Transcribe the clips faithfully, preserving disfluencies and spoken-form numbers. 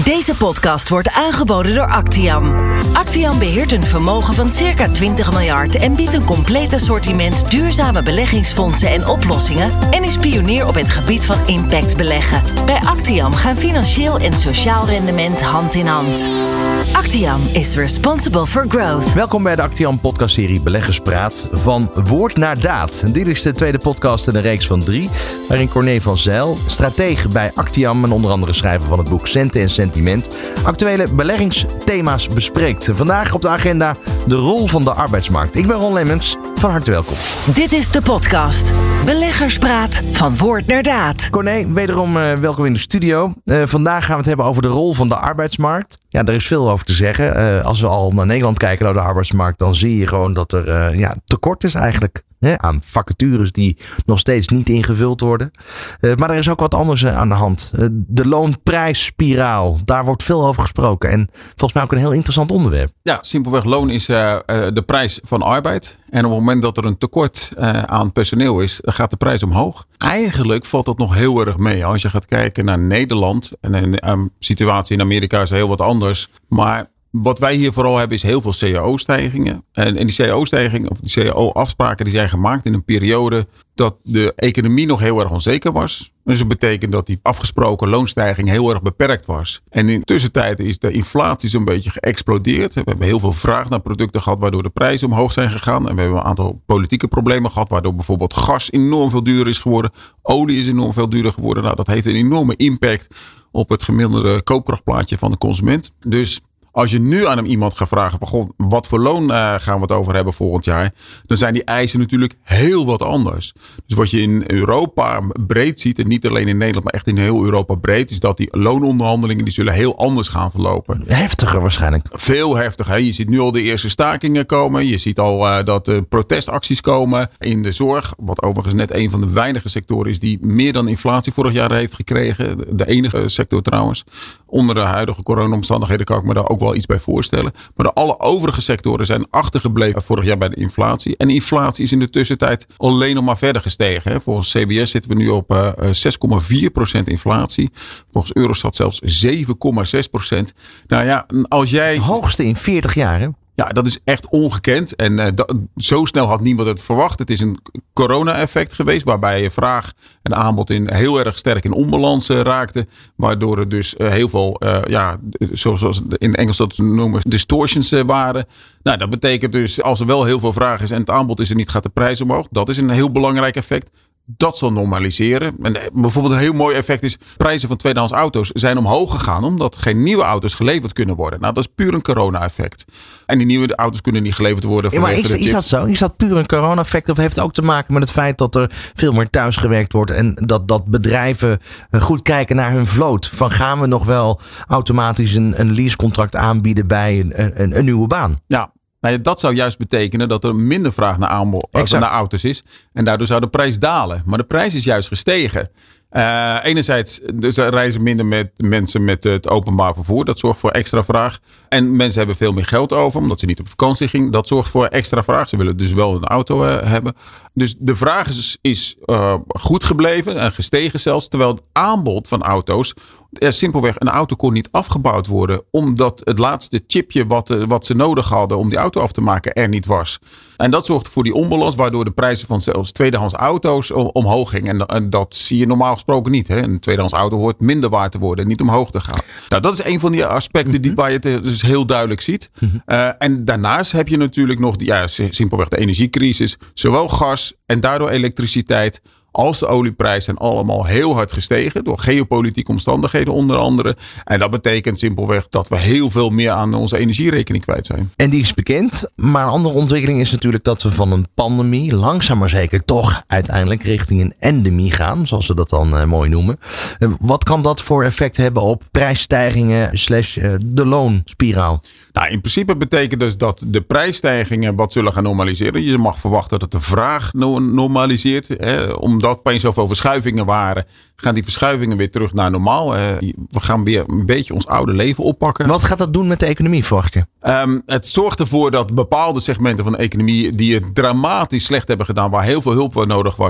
Deze podcast wordt aangeboden door Actiam. Actiam beheert een vermogen van circa twintig miljard en biedt een compleet assortiment duurzame beleggingsfondsen en oplossingen en is pionier op het gebied van impact beleggen. Bij Actiam gaan financieel en sociaal rendement hand in hand. Actiam is responsible for growth. Welkom bij de Actiam podcastserie Beleggerspraat, van woord naar daad. Dit is de tweede podcast in een reeks van drie, waarin Corné van Zijl, stratege bij Actiam en onder andere schrijver van het boek Centen en Sentiment, actuele beleggingsthema's bespreekt. Vandaag op de agenda de rol van de arbeidsmarkt. Ik ben Ron Lemmens, van harte welkom. Dit is de podcast Beleggerspraat, van woord naar daad. Corné, wederom uh, welkom in de studio. Uh, vandaag gaan we het hebben over de rol van de arbeidsmarkt. Ja, er is veel over te zeggen. Uh, als we al naar Nederland kijken, naar de arbeidsmarkt, dan zie je gewoon dat er uh, ja, tekort is eigenlijk. Hè, aan vacatures die nog steeds niet ingevuld worden. Uh, maar er is ook wat anders uh, aan de hand. Uh, de loonprijsspiraal, daar wordt veel over gesproken. En volgens mij ook een heel interessant onderwerp. Ja, simpelweg loon is uh, uh, de prijs van arbeid. En op het moment dat er een tekort uh, aan personeel is, gaat de prijs omhoog. Eigenlijk valt dat nog heel erg mee. Als je gaat kijken naar Nederland, en de uh, situatie in Amerika is heel wat anders. Maar wat wij hier vooral hebben is heel veel C A O-stijgingen. En, en die C A O-stijgingen of die C A O-afspraken die zijn gemaakt in een periode dat de economie nog heel erg onzeker was. Dus dat betekent dat die afgesproken loonstijging heel erg beperkt was. En in de tussentijd is de inflatie zo'n beetje geëxplodeerd. We hebben heel veel vraag naar producten gehad waardoor de prijzen omhoog zijn gegaan. En we hebben een aantal politieke problemen gehad waardoor bijvoorbeeld gas enorm veel duurder is geworden. Olie is enorm veel duurder geworden. Nou, dat heeft een enorme impact op het gemiddelde koopkrachtplaatje van de consument. Dus als je nu aan hem iemand gaat vragen, God, wat voor loon uh, gaan we het over hebben volgend jaar? Dan zijn die eisen natuurlijk heel wat anders. Dus wat je in Europa breed ziet, en niet alleen in Nederland, maar echt in heel Europa breed, is dat die loononderhandelingen die zullen heel anders gaan verlopen. Heftiger waarschijnlijk. Veel heftiger. Hè? Je ziet nu al de eerste stakingen komen. Je ziet al uh, dat er protestacties komen in de zorg. Wat overigens net een van de weinige sectoren is die meer dan inflatie vorig jaar heeft gekregen. De enige sector trouwens. Onder de huidige corona-omstandigheden kan ik me daar ook wel iets bij voorstellen. Maar de alle overige sectoren zijn achtergebleven vorig jaar bij de inflatie. En de inflatie is in de tussentijd alleen nog maar verder gestegen. Hè. Volgens C B S zitten we nu op uh, zes komma vier procent inflatie. Volgens Eurostat zelfs zeven komma zes procent. Nou ja, als jij... De hoogste in veertig jaar, hè? Ja, dat is echt ongekend. En uh, dat, zo snel had niemand het verwacht. Het is een corona-effect geweest waarbij vraag en aanbod in heel erg sterk in onbalans uh, raakte. Waardoor er dus uh, heel veel, uh, ja, zoals in Engels dat noemen, distortions uh, waren. Nou, dat betekent dus als er wel heel veel vraag is en het aanbod is er niet, gaat de prijs omhoog. Dat is een heel belangrijk effect. Dat zal normaliseren. En bijvoorbeeld een heel mooi effect is, prijzen van tweedehands auto's zijn omhoog gegaan omdat geen nieuwe auto's geleverd kunnen worden. Nou, dat is puur een corona-effect. En die nieuwe auto's kunnen niet geleverd worden. Ja, maar is, is dat zo? Is dat puur een corona-effect of heeft het ook te maken met het feit dat er veel meer thuis gewerkt wordt en dat, dat bedrijven goed kijken naar hun vloot? Van gaan we nog wel automatisch een, een leasecontract aanbieden bij een, een, een nieuwe baan? Ja. Nou, dat zou juist betekenen dat er minder vraag naar, aanbod, naar auto's is. En daardoor zou de prijs dalen. Maar de prijs is juist gestegen. Uh, enerzijds dus er reizen minder met mensen met het openbaar vervoer. Dat zorgt voor extra vraag. En mensen hebben veel meer geld over, omdat ze niet op vakantie gingen. Dat zorgt voor extra vraag. Ze willen dus wel een auto uh, hebben. Dus de vraag is, is uh, goed gebleven en gestegen zelfs. Terwijl het aanbod van auto's, er simpelweg een auto kon niet afgebouwd worden. Omdat het laatste chipje wat, uh, wat ze nodig hadden om die auto af te maken er niet was. En dat zorgt voor die onbalans, waardoor de prijzen van zelfs tweedehands auto's omhoog gingen. En, en dat zie je normaal gesproken niet. Hè? Een tweedehands auto hoort minder waard te worden, niet omhoog te gaan. Nou, dat is een van die aspecten die, waar je het dus heel duidelijk ziet. Uh, en daarnaast heb je natuurlijk nog die, ja, simpelweg de energiecrisis. Zowel gas en daardoor elektriciteit als de olieprijs zijn allemaal heel hard gestegen. Door geopolitieke omstandigheden onder andere. En dat betekent simpelweg dat we heel veel meer aan onze energierekening kwijt zijn. En die is bekend. Maar een andere ontwikkeling is natuurlijk dat we van een pandemie langzaam maar zeker toch uiteindelijk richting een endemie gaan. Zoals ze dat dan uh, mooi noemen. Uh, wat kan dat voor effect hebben op prijsstijgingen slash uh, de loonspiraal? Nou, in principe betekent dus dat de prijsstijgingen wat zullen gaan normaliseren. Je mag verwachten dat de vraag normaliseert. Hè, omdat opeens zoveel verschuivingen waren, gaan die verschuivingen weer terug naar normaal. Uh, we gaan weer een beetje ons oude leven oppakken. Wat gaat dat doen met de economie, verwacht je? Um, het zorgt ervoor dat bepaalde segmenten van de economie die het dramatisch slecht hebben gedaan, waar heel veel hulp nodig was,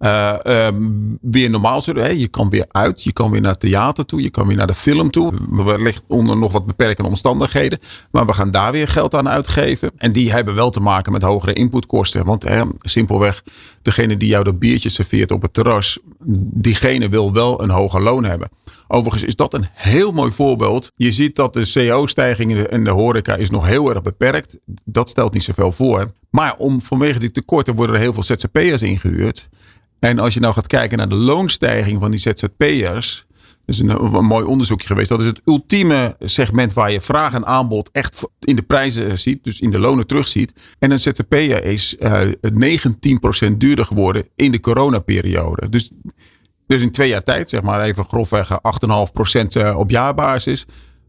uh, uh, weer normaal zullen. Hè? Je kan weer uit, je kan weer naar het theater toe, je kan weer naar de film toe. Wellicht onder nog wat beperkende omstandigheden. Maar we gaan daar weer geld aan uitgeven. En die hebben wel te maken met hogere inputkosten. Want hè, simpelweg, degene die jou dat biertje serveert op het terras, diegene wil wel een hoger loon hebben. Overigens is dat een heel mooi voorbeeld. Je ziet dat de C O stijging in de horeca is nog heel erg beperkt. Dat stelt niet zoveel voor. Maar om, vanwege die tekorten worden er heel veel Z Z P'ers ingehuurd. En als je nou gaat kijken naar de loonstijging van die Z Z P'ers. Dat is een, een mooi onderzoekje geweest. Dat is het ultieme segment waar je vraag en aanbod echt in de prijzen ziet. Dus in de lonen terugziet. En een Z Z P'er is uh, negentien procent duurder geworden in de coronaperiode. Dus... Dus in twee jaar tijd, zeg maar even grofweg acht komma vijf procent op jaarbasis.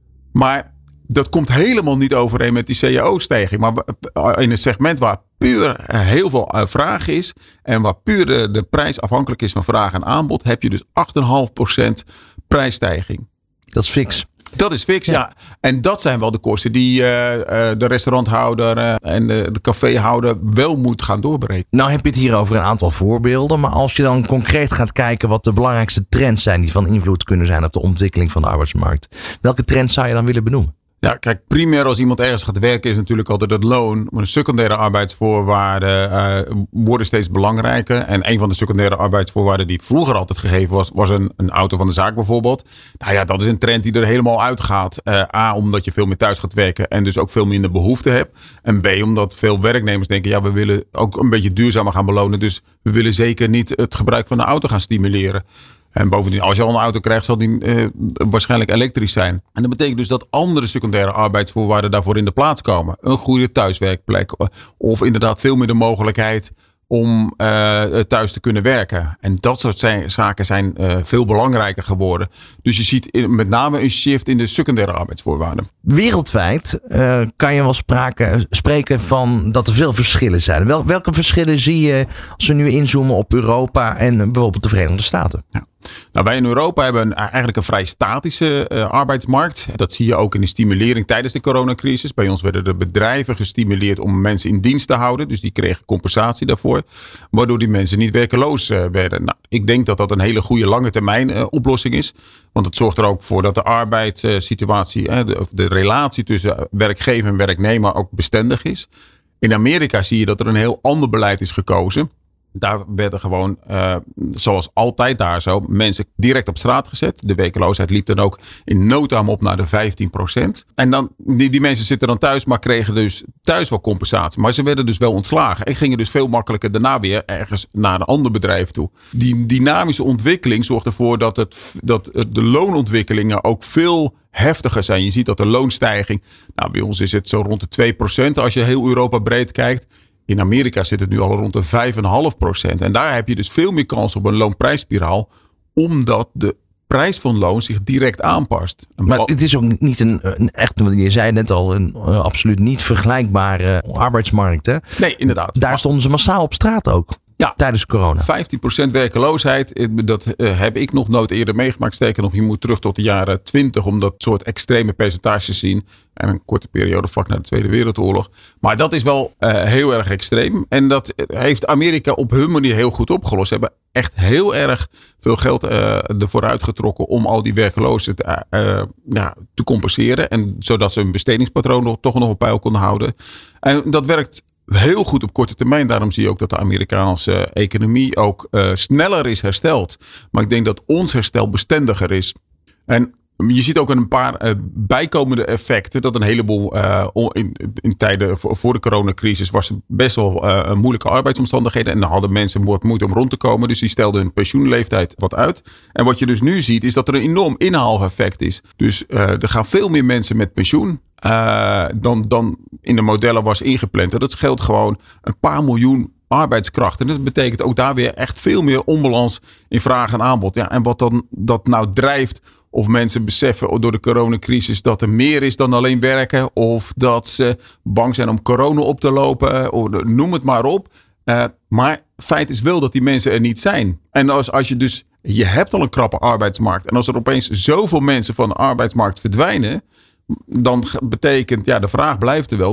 Maar dat komt helemaal niet overeen met die C A O-stijging. Maar in een segment waar puur heel veel vraag is en waar puur de, de prijs afhankelijk is van vraag en aanbod, heb je dus acht komma vijf procent prijsstijging. Dat is fix. Dat is fix, ja. ja. En dat zijn wel de kosten die uh, uh, de restauranthouder uh, en de, de caféhouder wel moet gaan doorberekenen. Nou heb je het hier over een aantal voorbeelden. Maar als je dan concreet gaat kijken wat de belangrijkste trends zijn die van invloed kunnen zijn op de ontwikkeling van de arbeidsmarkt. Welke trends zou je dan willen benoemen? Ja, kijk, primair als iemand ergens gaat werken is natuurlijk altijd het loon. Maar de secundaire arbeidsvoorwaarden uh, worden steeds belangrijker. En een van de secundaire arbeidsvoorwaarden die vroeger altijd gegeven was, was een, een auto van de zaak bijvoorbeeld. Nou ja, dat is een trend die er helemaal uitgaat. Uh, A, omdat je veel meer thuis gaat werken en dus ook veel minder behoefte hebt. En B, omdat veel werknemers denken, ja, we willen ook een beetje duurzamer gaan belonen. Dus we willen zeker niet het gebruik van de auto gaan stimuleren. En bovendien, als je al een auto krijgt, zal die uh, waarschijnlijk elektrisch zijn. En dat betekent dus dat andere secundaire arbeidsvoorwaarden daarvoor in de plaats komen. Een goede thuiswerkplek. Of inderdaad veel meer de mogelijkheid om uh, thuis te kunnen werken. En dat soort zijn, zaken zijn uh, veel belangrijker geworden. Dus je ziet in, met name een shift in de secundaire arbeidsvoorwaarden. Wereldwijd uh, kan je wel sprake, spreken van dat er veel verschillen zijn. Wel, welke verschillen zie je als we nu inzoomen op Europa en bijvoorbeeld de Verenigde Staten? Ja. Nou, wij in Europa hebben een, eigenlijk een vrij statische uh, arbeidsmarkt. Dat zie je ook in de stimulering tijdens de coronacrisis. Bij ons werden de bedrijven gestimuleerd om mensen in dienst te houden. Dus die kregen compensatie daarvoor. Waardoor die mensen niet werkeloos uh, werden. Nou, ik denk dat dat een hele goede lange termijn uh, oplossing is. Want het zorgt er ook voor dat de arbeidssituatie, uh, de, de relatie tussen werkgever en werknemer ook bestendig is. In Amerika zie je dat er een heel ander beleid is gekozen. Daar werden gewoon, uh, zoals altijd daar zo, mensen direct op straat gezet. De werkloosheid liep dan ook in no time op naar de vijftien procent. En dan, die, die mensen zitten dan thuis, maar kregen dus thuis wel compensatie. Maar ze werden dus wel ontslagen. En gingen dus veel makkelijker daarna weer ergens naar een ander bedrijf toe. Die dynamische ontwikkeling zorgt ervoor dat, het, dat de loonontwikkelingen ook veel heftiger zijn. Je ziet dat de loonstijging, nou bij ons is het zo rond de twee procent als je heel Europa breed kijkt. In Amerika zit het nu al rond de vijf komma vijf procent. En daar heb je dus veel meer kans op een loonprijsspiraal. Omdat de prijs van loon zich direct aanpast. Maar het is ook niet een, een echt, je zei net al, een uh, absoluut niet vergelijkbare arbeidsmarkt. Hè? Nee, inderdaad. Daar stonden ze massaal op straat ook. Ja, tijdens corona. vijftien procent werkeloosheid, dat uh, heb ik nog nooit eerder meegemaakt. Sterker nog, je moet terug tot de jaren twintig om dat soort extreme percentages te zien. En een korte periode vlak na de Tweede Wereldoorlog. Maar dat is wel uh, heel erg extreem. En dat heeft Amerika op hun manier heel goed opgelost. Ze hebben echt heel erg veel geld uh, ervoor uitgetrokken om al die werklozen te, uh, ja, te compenseren. En zodat ze hun bestedingspatroon nog, toch nog op peil konden houden. En dat werkt heel goed op korte termijn. Daarom zie je ook dat de Amerikaanse economie ook uh, sneller is hersteld. Maar ik denk dat ons herstel bestendiger is. En je ziet ook een paar uh, bijkomende effecten. Dat een heleboel uh, in, in tijden voor, voor de coronacrisis was best wel uh, moeilijke arbeidsomstandigheden. En dan hadden mensen wat moeite om rond te komen. Dus die stelden hun pensioenleeftijd wat uit. En wat je dus nu ziet is dat er een enorm inhaaleffect is. Dus uh, er gaan veel meer mensen met pensioen. Uh, dan, dan in de modellen was ingepland. En dat scheelt gewoon een paar miljoen arbeidskrachten. En dat betekent ook daar weer echt veel meer onbalans in vraag en aanbod. Ja, en wat dan dat nou drijft, of mensen beseffen door de coronacrisis dat er meer is dan alleen werken, of dat ze bang zijn om corona op te lopen, of noem het maar op. Uh, maar feit is wel dat die mensen er niet zijn. En als, als je dus, je hebt al een krappe arbeidsmarkt. En als er opeens zoveel mensen van de arbeidsmarkt verdwijnen, dan betekent, ja, de vraag blijft er wel.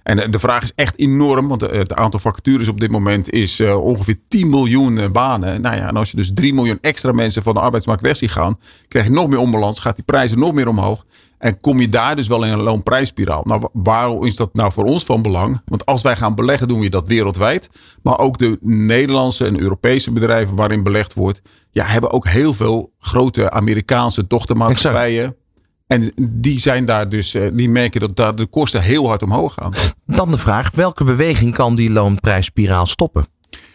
En de vraag is echt enorm, want het aantal vacatures op dit moment is uh, ongeveer tien miljoen banen. Nou ja, en als je dus drie miljoen extra mensen van de arbeidsmarkt weg ziet gaan, krijg je nog meer onbalans, gaat die prijzen nog meer omhoog. En kom je daar dus wel in een loonprijsspiraal. Nou, waarom is dat nou voor ons van belang? Want als wij gaan beleggen, doen we dat wereldwijd. Maar ook de Nederlandse en Europese bedrijven waarin belegd wordt, ja, hebben ook heel veel grote Amerikaanse dochtermaatschappijen. Exact. En die zijn daar dus, die merken dat daar de kosten heel hard omhoog gaan. Dan de vraag, welke beweging kan die loonprijsspiraal stoppen?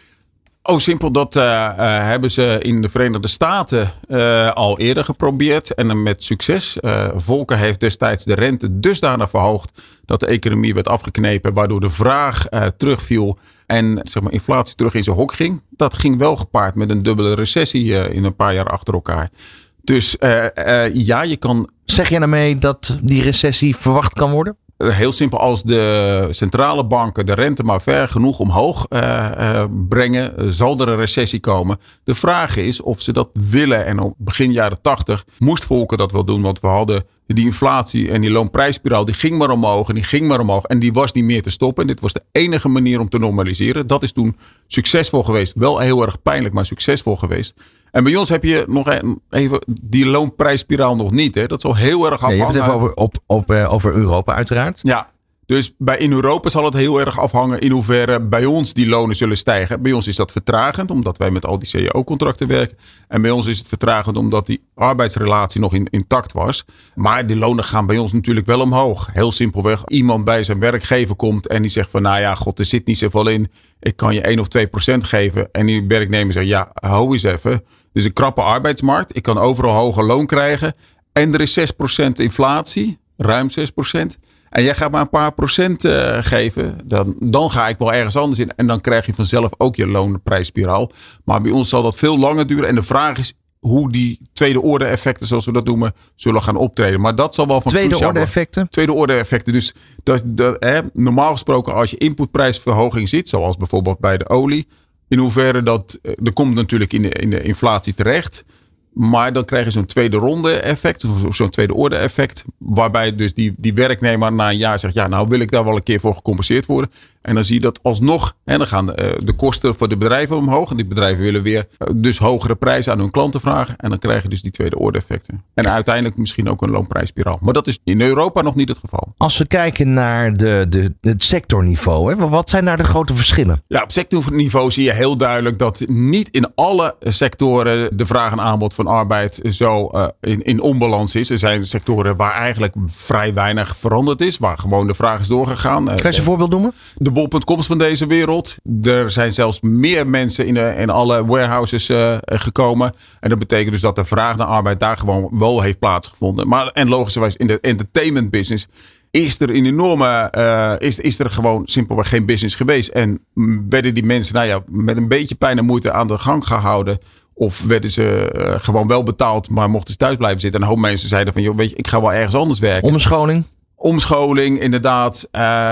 Oh, simpel, dat uh, uh, hebben ze in de Verenigde Staten uh, al eerder geprobeerd. En uh, met succes. Uh, Volcker heeft destijds de rente dusdanig verhoogd dat de economie werd afgeknepen. Waardoor de vraag uh, terugviel en zeg maar, inflatie terug in zijn hok ging. Dat ging wel gepaard met een dubbele recessie uh, in een paar jaar achter elkaar. Dus uh, uh, ja, je kan... Zeg je daarmee dat die recessie verwacht kan worden? Heel simpel, als de centrale banken de rente maar ver genoeg omhoog uh, uh, brengen, zal er een recessie komen. De vraag is of ze dat willen. En op begin jaren tachtig moest Volcker dat wel doen. Want we hadden die inflatie en die loonprijsspiraal, die ging maar omhoog en die ging maar omhoog. En die was niet meer te stoppen. En dit was de enige manier om te normaliseren. Dat is toen succesvol geweest. Wel heel erg pijnlijk, maar succesvol geweest. En bij ons heb je nog even die loonprijsspiraal nog niet. Hè? Dat zal heel erg afhangen. Ja, je hebt het even over, op, op, uh, over Europa uiteraard. Ja, dus bij, in Europa zal het heel erg afhangen in hoeverre bij ons die lonen zullen stijgen. Bij ons is dat vertragend, omdat wij met al die C A O-contracten werken. En bij ons is het vertragend omdat die arbeidsrelatie nog in, intact was. Maar die lonen gaan bij ons natuurlijk wel omhoog. Heel simpelweg, iemand bij zijn werkgever komt en die zegt van, nou ja, god, er zit niet zoveel in. Ik kan je één of twee procent geven. En die werknemer zegt, ja, hou eens even. Dus een krappe arbeidsmarkt. Ik kan overal hoger loon krijgen. En er is zes procent inflatie. Ruim zes procent. En jij gaat maar een paar procent uh, geven. Dan, dan ga ik wel ergens anders in. En dan krijg je vanzelf ook je loonprijsspiraal. Maar bij ons zal dat veel langer duren. En de vraag is hoe die tweede orde effecten, zoals we dat noemen, zullen gaan optreden. Maar dat zal wel van tweede orde effecten? Tweede orde effecten. Dus dat, dat, hè, normaal gesproken als je inputprijsverhoging ziet, zoals bijvoorbeeld bij de olie. In hoeverre dat, er komt natuurlijk in de, in de inflatie terecht. Maar dan krijg je zo'n tweede ronde effect. Of zo'n tweede orde effect. Waarbij dus die, die werknemer na een jaar zegt, ja, nou wil ik daar wel een keer voor gecompenseerd worden. En dan zie je dat alsnog. En dan gaan de, de kosten voor de bedrijven omhoog. En die bedrijven willen weer dus hogere prijzen aan hun klanten vragen. En dan krijg je dus die tweede orde effecten. En uiteindelijk misschien ook een loonprijsspiraal. Maar dat is in Europa nog niet het geval. Als we kijken naar de, de, het sectorniveau. Hè, wat zijn daar de grote verschillen? Ja, op sectorniveau zie je heel duidelijk dat niet in alle sectoren de vraag en aanbod van arbeid zo uh, in, in onbalans is. Er zijn sectoren waar eigenlijk vrij weinig veranderd is. Waar gewoon de vraag is doorgegaan. Kan je eens een voorbeeld noemen? De bol punt coms van deze wereld. Er zijn zelfs meer mensen in, de, in alle warehouses uh, gekomen. En dat betekent dus dat de vraag naar arbeid daar gewoon wel heeft plaatsgevonden. Maar en logischerwijs in de entertainment business is er een enorme, uh, is, is er gewoon simpelweg geen business geweest. En werden die mensen nou ja, met een beetje pijn en moeite aan de gang gehouden. Of werden ze uh, gewoon wel betaald, maar mochten ze thuis blijven zitten. En een hoop mensen zeiden van, joh, weet je, ik ga wel ergens anders werken. Omscholing? Omscholing, inderdaad.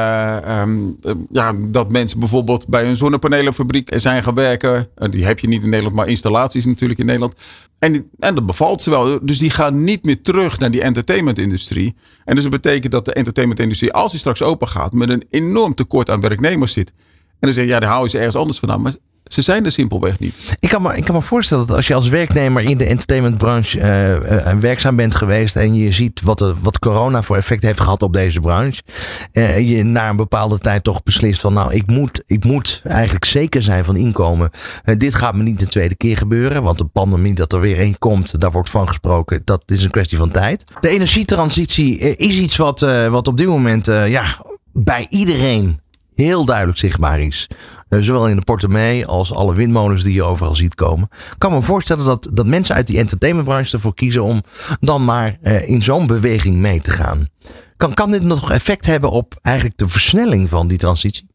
Uh, um, uh, ja, dat mensen bijvoorbeeld bij een zonnepanelenfabriek zijn gaan werken. Uh, die heb je niet in Nederland, maar installaties natuurlijk in Nederland. En, en dat bevalt ze wel. Dus die gaan niet meer terug naar die entertainmentindustrie. En dus dat betekent dat de entertainmentindustrie, als die straks open gaat, met een enorm tekort aan werknemers zit. En dan zeg je, ja, dan hou je ze ergens anders vandaan. Maar ze zijn er simpelweg niet. Ik kan me, ik kan me voorstellen dat als je als werknemer in de entertainmentbranche uh, uh, werkzaam bent geweest en je ziet wat, de, wat corona voor effect heeft gehad op deze branche. Uh, je na een bepaalde tijd toch beslist van nou, ik moet, ik moet eigenlijk zeker zijn van inkomen. Uh, dit gaat me niet de tweede keer gebeuren, want de pandemie dat er weer een komt, daar wordt van gesproken. Dat is een kwestie van tijd. De energietransitie uh, is iets wat, uh, wat op dit moment uh, ja, bij iedereen heel duidelijk zichtbaar is. Uh, zowel in de portemonnee als alle windmolens die je overal ziet komen. Ik kan me voorstellen dat, dat mensen uit die entertainmentbranche ervoor kiezen om dan maar uh, in zo'n beweging mee te gaan. Kan, kan dit nog effect hebben op eigenlijk de versnelling van die transitie?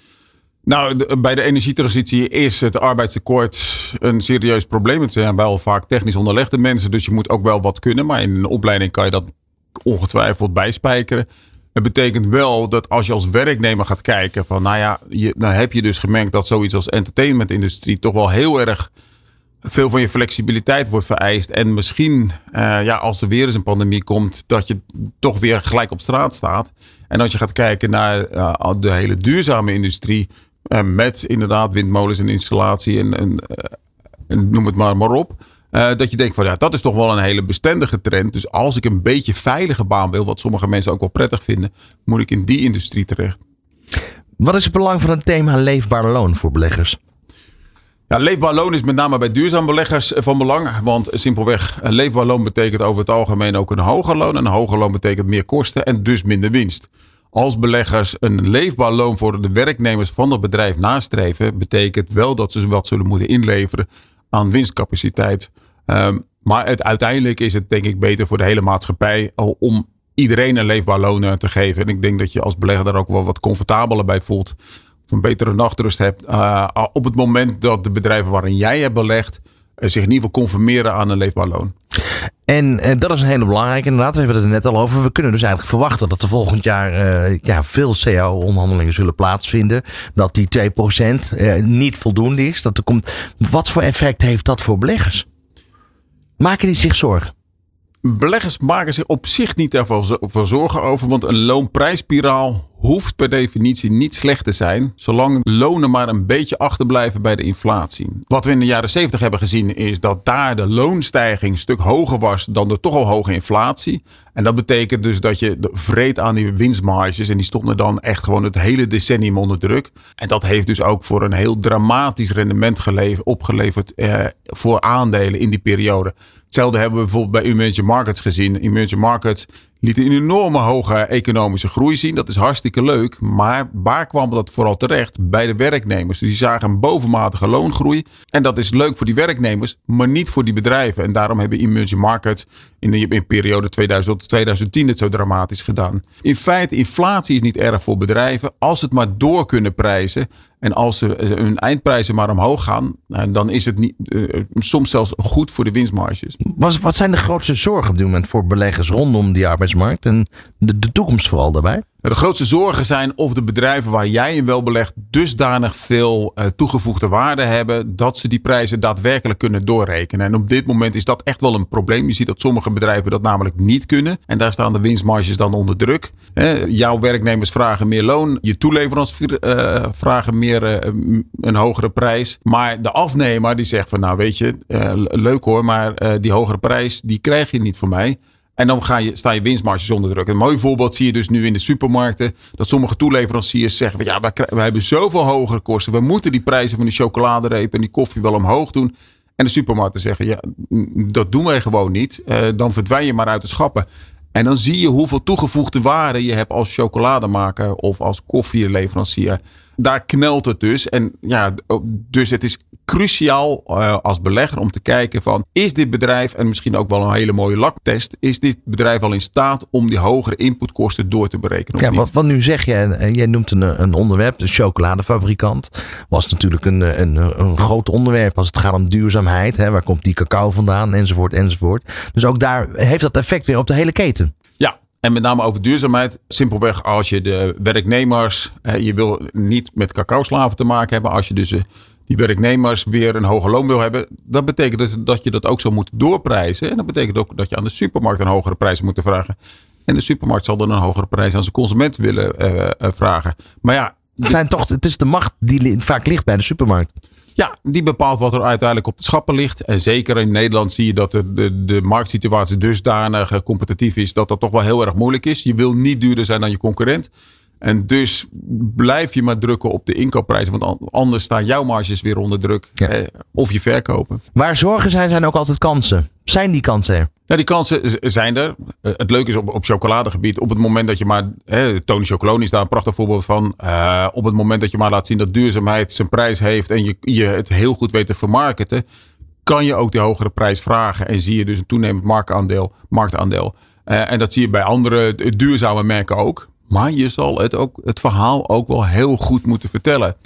Nou, de, bij de energietransitie is het arbeidstekort een serieus probleem. Het zijn wel vaak technisch onderlegde mensen, dus je moet ook wel wat kunnen. Maar in een opleiding kan je dat ongetwijfeld bijspijkeren. Het betekent wel dat als je als werknemer gaat kijken van nou ja, je, dan heb je dus gemerkt dat zoiets als entertainmentindustrie toch wel heel erg Veel van je flexibiliteit wordt vereist. En misschien, uh, ja, als er weer eens een pandemie komt, dat je toch weer gelijk op straat staat. En als je gaat kijken naar uh, de hele duurzame industrie, uh, met inderdaad windmolens en installatie en, en, uh, en noem het maar, maar op. Uh, dat je denkt van ja, dat is toch wel een hele bestendige trend. Dus als ik een beetje veilige baan wil, wat sommige mensen ook wel prettig vinden, moet ik in die industrie terecht. Wat is het belang van het thema leefbaar loon voor beleggers? Ja, leefbaar loon is met name bij duurzaam beleggers van belang. Want simpelweg, een leefbaar loon betekent over het algemeen ook een hoger loon. En een hoger loon betekent meer kosten en dus minder winst. Als beleggers een leefbaar loon voor de werknemers van het bedrijf nastreven, betekent wel dat ze wat zullen moeten inleveren aan winstcapaciteit. Um, maar het, uiteindelijk is het denk ik beter voor de hele maatschappij om iedereen een leefbaar loon te geven. En ik denk dat je als belegger daar ook wel wat comfortabeler bij voelt. Of een betere nachtrust hebt. Uh, op het moment dat de bedrijven waarin jij hebt belegd uh, zich in ieder geval conformeren aan een leefbaar loon. En uh, dat is een hele belangrijke inderdaad. We hebben het er net al over. We kunnen dus eigenlijk verwachten dat er volgend jaar uh, ja, veel C A O-onderhandelingen zullen plaatsvinden. Dat die twee procent uh, niet voldoende is. Dat er komt. Wat voor effect heeft dat voor beleggers? Maken die zich zorgen? Beleggers maken zich op zich niet daarvoor zorgen over. Want een loonprijsspiraal hoeft per definitie niet slecht te zijn. Zolang lonen maar een beetje achterblijven bij de inflatie. Wat we in de jaren zeventig hebben gezien is dat daar de loonstijging een stuk hoger was dan de toch al hoge inflatie. En dat betekent dus dat je vreet aan die winstmarges. En die stonden dan echt gewoon het hele decennium onder druk. En dat heeft dus ook voor een heel dramatisch rendement geleverd, opgeleverd eh, voor aandelen in die periode. Hetzelfde hebben we bijvoorbeeld bij emerging markets gezien. Emerging markets lieten een enorme hoge economische groei zien. Dat is hartstikke leuk. Maar waar kwam dat vooral terecht? Bij de werknemers. Dus die zagen een bovenmatige loongroei. En dat is leuk voor die werknemers, maar niet voor die bedrijven. En daarom hebben emerging markets in de, in de periode tweeduizend tot tweeduizend tien het zo dramatisch gedaan. In feite, inflatie is niet erg voor bedrijven. Als ze het maar door kunnen prijzen. En als ze hun eindprijzen maar omhoog gaan, dan is het niet, uh, soms zelfs goed voor de winstmarges. Wat, wat zijn de grootste zorgen op dit moment voor beleggers rondom die arbeidsmarkt en de, de toekomst vooral daarbij? De grootste zorgen zijn of de bedrijven waar jij in wel belegt dusdanig veel uh, toegevoegde waarde hebben dat ze die prijzen daadwerkelijk kunnen doorrekenen. En op dit moment is dat echt wel een probleem. Je ziet dat sommige bedrijven dat namelijk niet kunnen. En daar staan de winstmarges dan onder druk. He, jouw werknemers vragen meer loon. Je toeleveranciers uh, vragen meer uh, een hogere prijs. Maar de afnemer die zegt van nou weet je, uh, leuk hoor, maar uh, die hogere prijs die krijg je niet van mij. En dan ga je, sta je winstmarges onder druk. Een mooi voorbeeld zie je dus nu in de supermarkten. Dat sommige toeleveranciers zeggen, ja, wij, wij hebben zoveel hogere kosten. We moeten die prijzen van die chocoladereep en die koffie wel omhoog doen. En de supermarkten zeggen, ja, dat doen wij gewoon niet. Uh, dan verdwijn je maar uit de schappen. En dan zie je hoeveel toegevoegde waarde je hebt als chocolademaker of als koffieleverancier. Daar knelt het dus. En ja, dus het is cruciaal uh, als belegger om te kijken van, is dit bedrijf, en misschien ook wel een hele mooie laktest, is dit bedrijf al in staat om die hogere inputkosten door te berekenen? Ja, wat, wat nu zeg je, jij noemt een, een onderwerp, de chocoladefabrikant, was natuurlijk een, een, een groot onderwerp als het gaat om duurzaamheid. Hè, waar komt die cacao vandaan, enzovoort, enzovoort. Dus ook daar heeft dat effect weer op de hele keten. Ja. En met name over duurzaamheid. Simpelweg als je de werknemers, je wil niet met cacao-slaven te maken hebben. Als je dus die werknemers weer een hoger loon wil hebben. Dat betekent dus dat je dat ook zal moeten doorprijzen. En dat betekent ook dat je aan de supermarkt een hogere prijs moet vragen. En de supermarkt zal dan een hogere prijs aan zijn consument willen uh, vragen. Maar ja. Het, zijn toch, het is de macht die vaak ligt bij de supermarkt. Ja, die bepaalt wat er uiteindelijk op de schappen ligt. En zeker in Nederland zie je dat de, de, de marktsituatie dusdanig competitief is dat dat toch wel heel erg moeilijk is. Je wil niet duurder zijn dan je concurrent. En dus blijf je maar drukken op de inkoopprijzen. Want anders staan jouw marges weer onder druk. Ja. Eh, of je verkopen. Waar zorgen zijn, zijn ook altijd kansen. Zijn die kansen er? Ja, die kansen zijn er. Het leuke is op, op chocoladegebied. Op het moment dat je maar... Hè, Tony Chocoloni is daar een prachtig voorbeeld van. Uh, op het moment dat je maar laat zien dat duurzaamheid zijn prijs heeft. En je, je het heel goed weet te vermarkten. Kan je ook die hogere prijs vragen. En zie je dus een toenemend marktaandeel. marktaandeel. Uh, en dat zie je bij andere duurzame merken ook. Maar je zal het, ook, het verhaal ook wel heel goed moeten vertellen.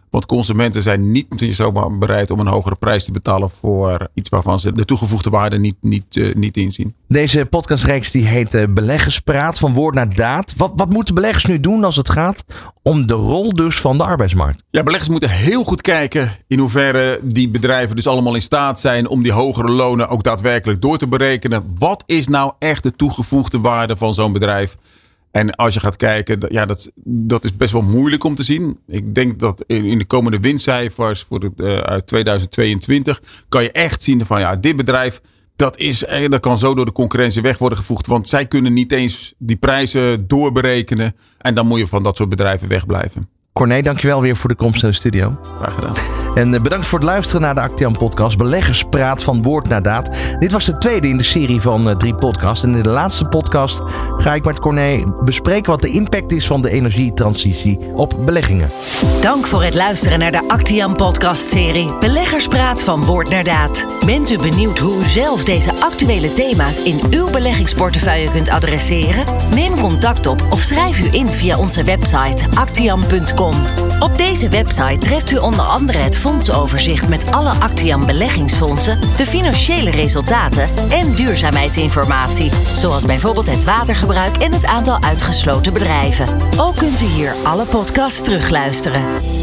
Want consumenten zijn niet meteen zomaar bereid om een hogere prijs te betalen voor iets waarvan ze de toegevoegde waarde niet, niet, uh, niet inzien. Deze podcastreeks die heet uh, Beleggerspraat, van woord naar daad. Wat, wat moeten beleggers nu doen als het gaat om de rol dus van de arbeidsmarkt? Ja, beleggers moeten heel goed kijken in hoeverre die bedrijven dus allemaal in staat zijn om die hogere lonen ook daadwerkelijk door te berekenen. Wat is nou echt de toegevoegde waarde van zo'n bedrijf? En als je gaat kijken, ja, dat, dat is best wel moeilijk om te zien. Ik denk dat in de komende winstcijfers voor de, uh, uit tweeduizend tweeëntwintig kan je echt zien van ja, dit bedrijf, dat, is, dat kan zo door de concurrentie weg worden gevoegd. Want zij kunnen niet eens die prijzen doorberekenen. En dan moet je van dat soort bedrijven wegblijven. Corné, dankjewel weer voor de komst naar de studio. Graag gedaan. En bedankt voor het luisteren naar de Actiam podcast Beleggerspraat, van woord naar daad. Dit was de tweede in de serie van uh, drie podcasts. En in de laatste podcast ga ik met Corné bespreken wat de impact is van de energietransitie op beleggingen. Dank voor het luisteren naar de Actiam podcast serie Beleggerspraat, van woord naar daad. Bent u benieuwd hoe u zelf deze actuele thema's in uw beleggingsportefeuille kunt adresseren? Neem contact op of schrijf u in via onze website actiam punt com. Op deze website treft u onder andere het fondsoverzicht met alle Actiam beleggingsfondsen, de financiële resultaten en duurzaamheidsinformatie, zoals bijvoorbeeld het watergebruik en het aantal uitgesloten bedrijven. Ook kunt u hier alle podcasts terugluisteren.